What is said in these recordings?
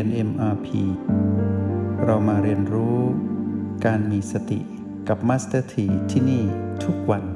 น MRP เรามาเรียนรู้การมีสติกับ Master T ที่นี่ทุกวัน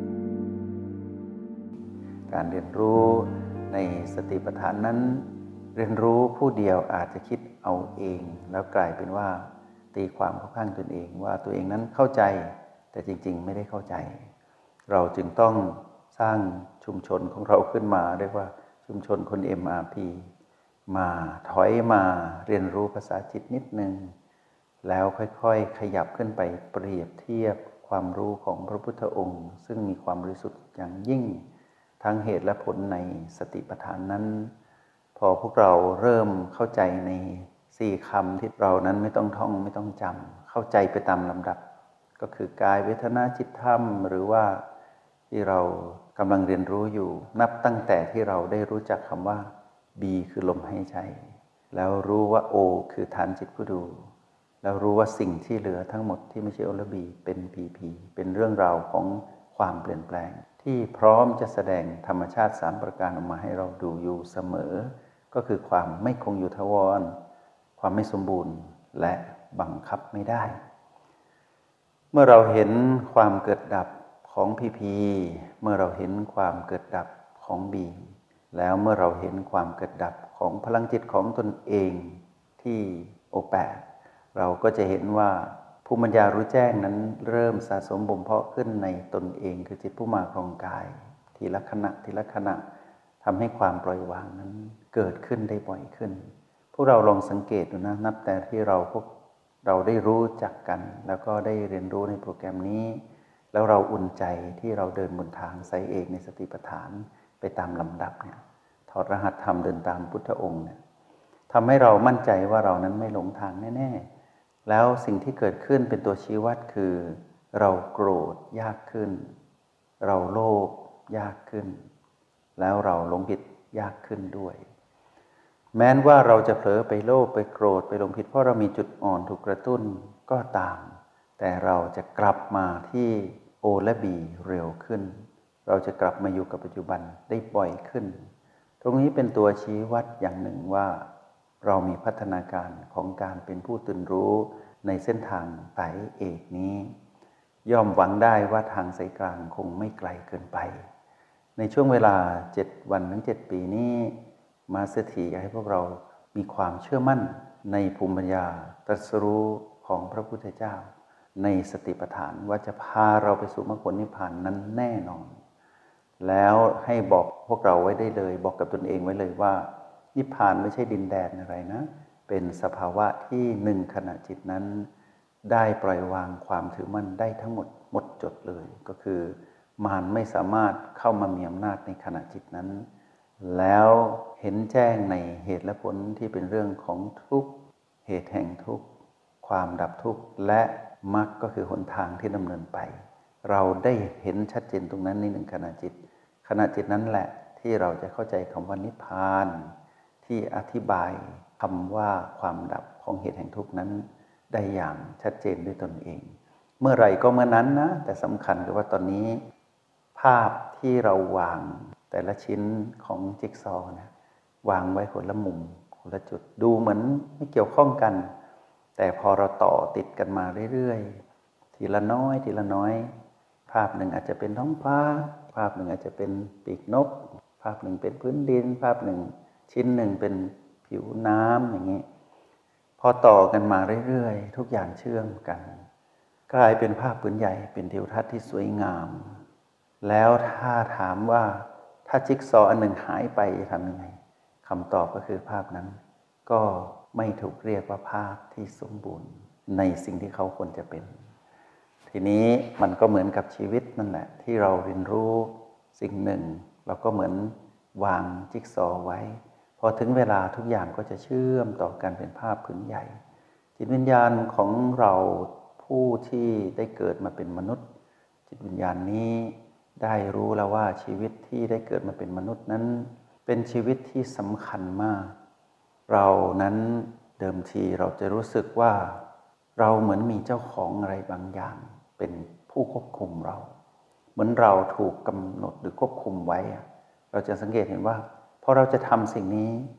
การเรียนรู้ในสติปัฏฐานนั้นเรียนรู้ผู้เดียวอาจจะคิดเอาเองแล้วกลายเป็นว่าตีความเข้าข้างตนเองว่าตัวเองนั้นเข้าใจแต่จริงๆไม่ได้เข้าใจเราจึงต้องสร้างชุมชนของเราขึ้นมาเรียกว่าชุมชนคน MRP มาถอยมาเรียนรู้ภาษาจิตนิดนึงแล้วค่อยๆขยับขึ้นไปเปรียบเทียบความรู้ของพระพุทธองค์ซึ่งมีความบริสุทธิ์อย่างยิ่งทั้งเหตุและผลในสติปัฏฐานนั้นพอพวกเราเริ่มเข้าใจใน4คำที่เรานั้นไม่ต้องท่องไม่ต้องจำเข้าใจไปตามลำดับก็คือกายเวทนาจิตธรรมหรือว่าที่เรากำลังเรียนรู้อยู่นับตั้งแต่ที่เราได้รู้จักคำว่า B คือลมหายใจแล้วรู้ว่า O คือฐานจิตผู้ดูแล้วรู้ว่าสิ่งที่เหลือทั้งหมดที่ไม่ใช่ O และ B เป็น PP เป็นเรื่องราวของความเปลี่ยนแปลงที่พร้อมจะแสดงธรรมชาติ3ประการออกมาให้เราดูอยู่เสมอก็คือความไม่คงอยู่ถาวรความไม่สมบูรณ์และบังคับไม่ได้เมื่อเราเห็นความเกิดดับของ PP เมื่อเราเห็นความเกิดดับของ B แล้วเมื่อเราเห็นความเกิดดับของพลังจิตของตนเองที่ O8 เราก็จะเห็นว่าภูมิปัญญารู้แจ้งนั้นเริ่มสะสมบ่มเพาะขึ้นในตนเองคือจิตผู้มาครองกายทีละขณะทีละขณะทำให้ความปล่อยวางนั้นเกิดขึ้นได้บ่อยขึ้นพวกเราลองสังเกตดูนะนับแต่ที่เราได้รู้จักกันแล้วก็ได้เรียนรู้ในโปรแกรมนี้แล้วเราอุ่นใจที่เราเดินบนทางสายเอกในสติปัฏฐานไปตามลำดับเนี่ยถอดรหัสธรรมเดินตามพุทธองค์เนี่ยทำให้เรามั่นใจว่าเรานั้นไม่หลงทางแน่ๆแล้วสิ่งที่เกิดขึ้นเป็นตัวชี้วัดคือเราโกรธยากขึ้นเราโลภยากขึ้นแล้วเราหลงผิดยากขึ้นด้วยแม้ว่าเราจะเผลอไปโลภไปโกรธไปหลงผิดเพราะเรามีจุดอ่อนถูกกระตุ้นก็ตามแต่เราจะกลับมาที่ O และ B เร็วขึ้นเราจะกลับมาอยู่กับปัจจุบันได้บ่อยขึ้นตรงนี้เป็นตัวชี้วัดอย่างหนึ่งว่าเรามีพัฒนาการของการเป็นผู้ตื่นรู้ในเส้นทางสายเอกนี้ย่อมหวังได้ว่าทางสายกลางคงไม่ไกลเกินไปในช่วงเวลา7วันถึง7ปีนี้มาสเตอร์ทีอยากให้พวกเรามีความเชื่อมั่นในภูมิปัญญาตรัสรู้ของพระพุทธเจ้าในสติปัฏฐานว่าจะพาเราไปสู่มรรคผลนิพพานนั้นแน่นอนแล้วให้บอกพวกเราไว้ได้เลยบอกกับตนเองไว้เลยว่านิพพานไม่ใช่ดินแดนอะไรนะเป็นสภาวะที่หนึ่งขณะจิตนั้นได้ปล่อยวางความถือมั่นได้ทั้งหมดจดเลยก็คือมารไม่สามารถเข้ามามีอำนาจในขณะจิตนั้นแล้วเห็นแจ้งในเหตุและผลที่เป็นเรื่องของทุกข์เหตุแห่งทุกข์ความดับทุกข์และมรรคก็คือหนทางที่ดำเนินไปเราได้เห็นชัดเจนตรงนั้นในหนึ่งขณะจิตนั้นแหละที่เราจะเข้าใจคำว่านิพพานที่อธิบายคำว่าความดับของเหตุแห่งทุกข์นั้นได้อย่างชัดเจนด้วยตนเองเมื่อไหร่ก็เมื่อนั้นนะแต่สำคัญคือว่าตอนนี้ภาพที่เราวางแต่ละชิ้นของจิ๊กซอว์นะวางไว้คนละมุมคนละจุดดูเหมือนไม่เกี่ยวข้องกันแต่พอเราต่อติดกันมาเรื่อยๆทีละน้อยทีละน้อยภาพหนึ่งอาจจะเป็นท้องฟ้าภาพหนึ่งอาจจะเป็นปีกนกภาพหนึ่งเป็นพื้นดินภาพหนึ่งชิ้นหนึ่งเป็นผิวน้ำอย่างนี้พอต่อกันมาเรื่อยๆทุกอย่างเชื่อมกันกลายเป็นภาพพื้นใหญ่เป็นทิวทัศน์ที่สวยงามแล้วถ้าถามว่าถ้าจิ๊กซอว์อันหนึ่งหายไปจะทำยังไงคำตอบก็คือภาพนั้นก็ไม่ถูกเรียกว่าภาพที่สมบูรณ์ในสิ่งที่เขาควรจะเป็นทีนี้มันก็เหมือนกับชีวิตนั่นแหละที่เราเรียนรู้สิ่งหนึ่งเราก็เหมือนวางจิ๊กซอว์ไว้พอถึงเวลาทุกอย่างก็จะเชื่อมต่อกันเป็นภาพผืนใหญ่จิตวิญญาณของเราผู้ที่ได้เกิดมาเป็นมนุษย์จิตวิญญาณนี้ได้รู้แล้วว่าชีวิตที่ได้เกิดมาเป็นมนุษย์นั้นเป็นชีวิตที่สำคัญมากเรานั้นเดิมทีเราจะรู้สึกว่าเราเหมือนมีเจ้าของอะไรบางอย่างเป็นผู้ควบคุมเราเหมือนเราถูกกำหนดหรือควบคุมไว้เราจะสังเกตเห็นว่าพอเราจะทำสิ่งนี้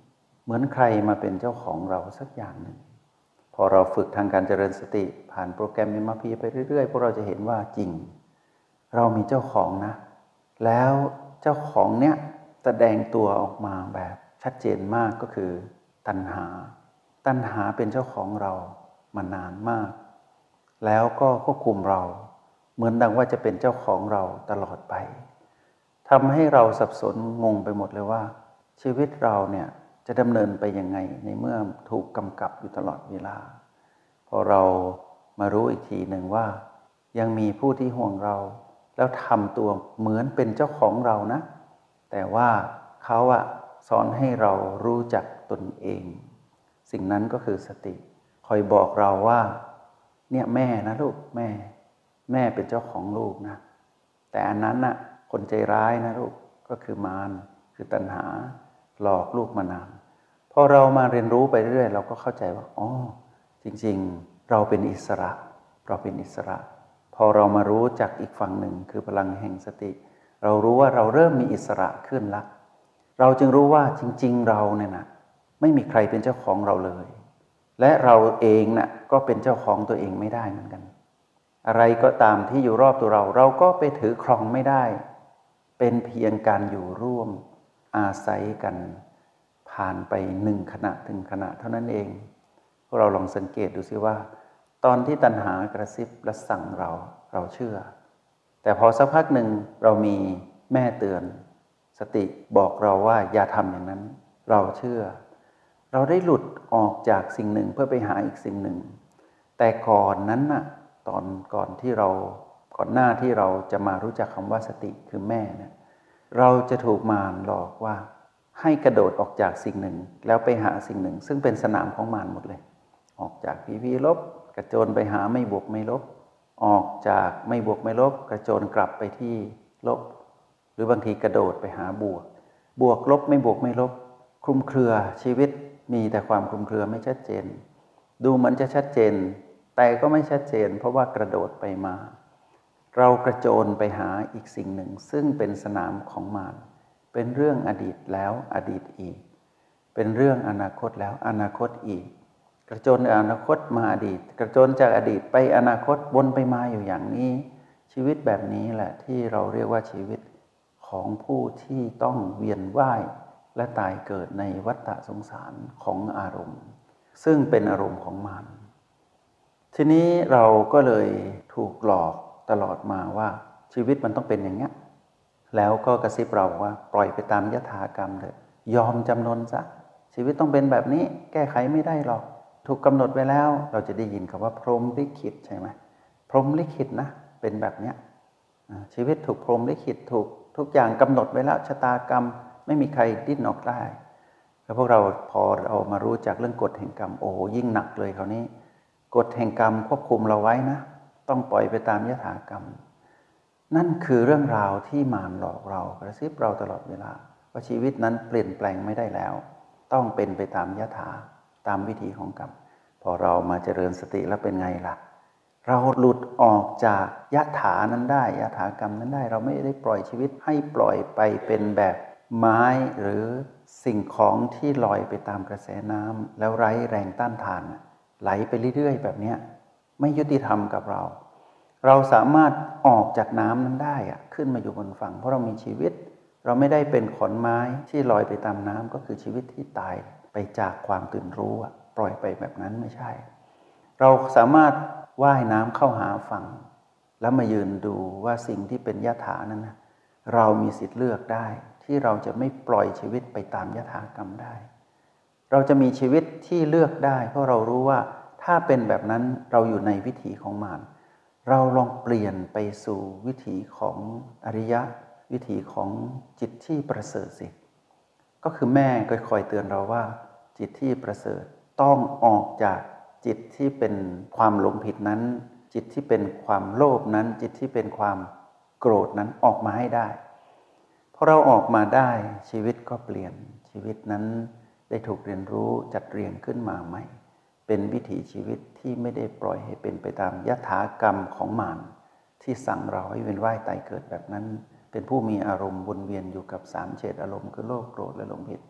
เหมือนใครมาเป็นเจ้าของเราสักอย่างหนึ่งพอเราฝึกทางการเจริญสติผ่านโปรแกรม MRP ไปเรื่อยๆพวกเราจะเห็นว่าจริงเรามีเจ้าของนะแล้วเจ้าของเนี้ยแสดงตัวออกมาแบบชัดเจนมากก็คือตัณหาเป็นเจ้าของเรามานานมากแล้วก็ควบคุมเราเหมือนดังว่าจะเป็นเจ้าของเราตลอดไปทำให้เราสับสนงงไปหมดเลยว่าชีวิตเราเนี่ยจะดำเนินไปยังไงในเมื่อถูกกำกับอยู่ตลอดเวลาพอเรามารู้อีกทีหนึ่งว่ายังมีผู้ที่ห่วงเราแล้วทำตัวเหมือนเป็นเจ้าของเรานะแต่ว่าเขาสอนให้เรารู้จักตนเองสิ่งนั้นก็คือสติคอยบอกเราว่าเนี่ยแม่นะลูกแม่เป็นเจ้าของลูกนะแต่อันนั้นน่ะคนใจร้ายนะลูกก็คือมารคือตัณหาหลอกลูกมานานพอเรามาเรียนรู้ไปเรื่อยเราก็เข้าใจว่าอ๋อจริงๆเราเป็นอิสระพอเรามารู้จากอีกฝั่งหนึ่งคือพลังแห่งสติเรารู้ว่าเราเริ่มมีอิสระขึ้นละเราจึงรู้ว่าจริงๆเราเนี่ยนะไม่มีใครเป็นเจ้าของเราเลยและเราเองน่ะก็เป็นเจ้าของตัวเองไม่ได้เหมือนกันอะไรก็ตามที่อยู่รอบตัวเราก็ไปถือครองไม่ได้เป็นเพียงการอยู่ร่วมอาศัยกันผ่านไปหนึ่งขณะถึงขณะเท่านั้นเองพวกเราลองสังเกตดูสิว่าตอนที่ตัณหากระซิบและสั่งเราเชื่อแต่พอสักพักหนึ่งเรามีแม่เตือนสติบอกเราว่าอย่าทำอย่างนั้นเราเชื่อเราได้หลุดออกจากสิ่งหนึ่งเพื่อไปหาอีกสิ่งหนึ่งแต่ก่อนนั้นน่ะก่อนหน้าที่เราจะมารู้จักคำว่าสติคือแม่เนี่ยเราจะถูกมารหลอกว่าให้กระโดดออกจากสิ่งหนึ่งแล้วไปหาสิ่งหนึ่งซึ่งเป็นสนามของมารหมดเลยออกจากพีลบกระโจนไปหาไม่บวกไม่ลบออกจากไม่บวกไม่ลบกระโจนกลับไปที่ลบหรือบางทีกระโดดไปหาบวกลบไม่บวกไม่ลบคลุมเครือชีวิตมีแต่ความคลุมเครือไม่ชัดเจนดูเหมือนจะชัดเจนแต่ก็ไม่ชัดเจนเพราะว่ากระโดดไปมาเรากระโจนไปหาอีกสิ่งหนึ่งซึ่งเป็นสนามของมารเป็นเรื่องอดีตแล้วอดีตอีกเป็นเรื่องอนาคตแล้วอนาคตอีกกระโจนอนาคตมาอดีตกระโจนจากอดีตไปอนาคตวนไปมาอยู่อย่างนี้ชีวิตแบบนี้แหละที่เราเรียกว่าชีวิตของผู้ที่ต้องเวียนว่ายและตายเกิดในวัฏสงสารของอารมณ์ซึ่งเป็นอารมณ์ของมารทีนี้เราก็เลยถูกหลอกตลอดมาว่าชีวิตมันต้องเป็นอย่างนี้แล้วก็กระซิบเราว่าปล่อยไปตามยถากรรมเถอะยอมจำนนซะชีวิตต้องเป็นแบบนี้แก้ไขไม่ได้หรอกถูกกำหนดไว้แล้วเราจะได้ยินคำว่าพรหมลิขิตใช่ไหมพรหมลิขิตนะเป็นแบบเนี้ยชีวิตถูกพรหมลิขิตถูกทุกอย่างกำหนดไว้แล้วชะตากรรมไม่มีใครดิ้นออกได้แล้วพวกเราพอเรามารู้จากเรื่องกฎแห่งกรรมโอ้ยิ่งหนักเลยคราวนี้กฎแห่งกรรมควบคุมเราไว้นะต้องปล่อยไปตามยถากรรมนั่นคือเรื่องราวที่มารหลอกเรากระซิบเราตลอดเวลาว่าชีวิตนั้นเปลี่ยนแปลงไม่ได้แล้วต้องเป็นไปตามยถาตามวิถีของกรรมพอเรามาเจริญสติแล้วเป็นไงล่ะเราหลุดออกจากยถานั้นได้ยถากรรมนั้นได้เราไม่ได้ปล่อยชีวิตให้ปล่อยไปเป็นแบบไม้หรือสิ่งของที่ลอยไปตามกระแสน้ำแล้วไร้แรงต้านทานไหลไปเรื่อยๆแบบนี้ไม่ยุติธรรมกับเราสามารถออกจากน้ำนั้นได้ขึ้นมาอยู่บนฝั่งเพราะเรามีชีวิตเราไม่ได้เป็นขอนไม้ที่ลอยไปตามน้ำก็คือชีวิตที่ตายไปจากความตื่นรู้ปล่อยไปแบบนั้นไม่ใช่เราสามารถว่ายน้ำเข้าหาฝั่งแล้วมายืนดูว่าสิ่งที่เป็นยถานั้นนะเรามีสิทธิ์เลือกได้ที่เราจะไม่ปล่อยชีวิตไปตามยถากรรมได้เราจะมีชีวิตที่เลือกได้เพราะเรารู้ว่าถ้าเป็นแบบนั้นเราอยู่ในวิถีของมารเราลองเปลี่ยนไปสู่วิถีของอริยะวิถีของจิตที่ประเสริฐสิก็คือแม่ก็คอยเตือนเราว่าจิตที่ประเสริฐต้องออกจากจิตที่เป็นความหลงผิดนั้นจิตที่เป็นความโลภนั้นจิตที่เป็นความโกรธนั้นออกมาให้ได้พอเราออกมาได้ชีวิตก็เปลี่ยนชีวิตนั้นได้ถูกเรียนรู้จัดเรียงขึ้นมาใหม่เป็นวิถีชีวิตที่ไม่ได้ปล่อยให้เป็นไปตามยถากรรมของมารที่สั่งเราให้เวียนว่ายตายเกิดแบบนั้นเป็นผู้มีอารมณ์วนเวียนอยู่กับ3เฉดอารมณ์คือโลภโกรธและหลงผิด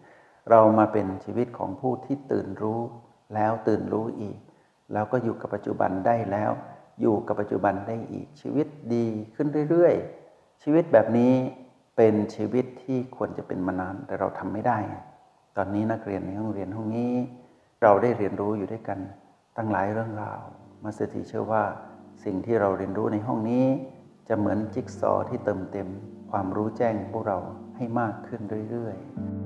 เรามาเป็นชีวิตของผู้ที่ตื่นรู้แล้วตื่นรู้อีกแล้วก็อยู่กับปัจจุบันได้แล้วอยู่กับปัจจุบันได้อีกชีวิตดีขึ้นเรื่อยๆชีวิตแบบนี้เป็นชีวิตที่ควรจะเป็นมานานแต่เราทำไม่ได้ตอนนี้นักเรียนในห้องเรียนห้องนี้เราได้เรียนรู้อยู่ด้วยกันตั้งหลายเรื่องราวมาสเตอร์ทีเชื่อว่าสิ่งที่เราเรียนรู้ในห้องนี้จะเหมือนจิ๊กซอว์ที่เติมเต็มความรู้แจ้งพวกเราให้มากขึ้นเรื่อย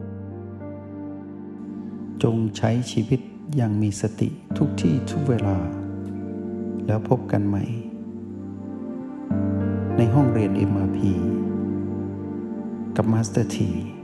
ๆจงใช้ชีวิตอย่างมีสติทุกที่ทุกเวลาแล้วพบกันใหม่ในห้องเรียน MRP กับมาสเตอร์ที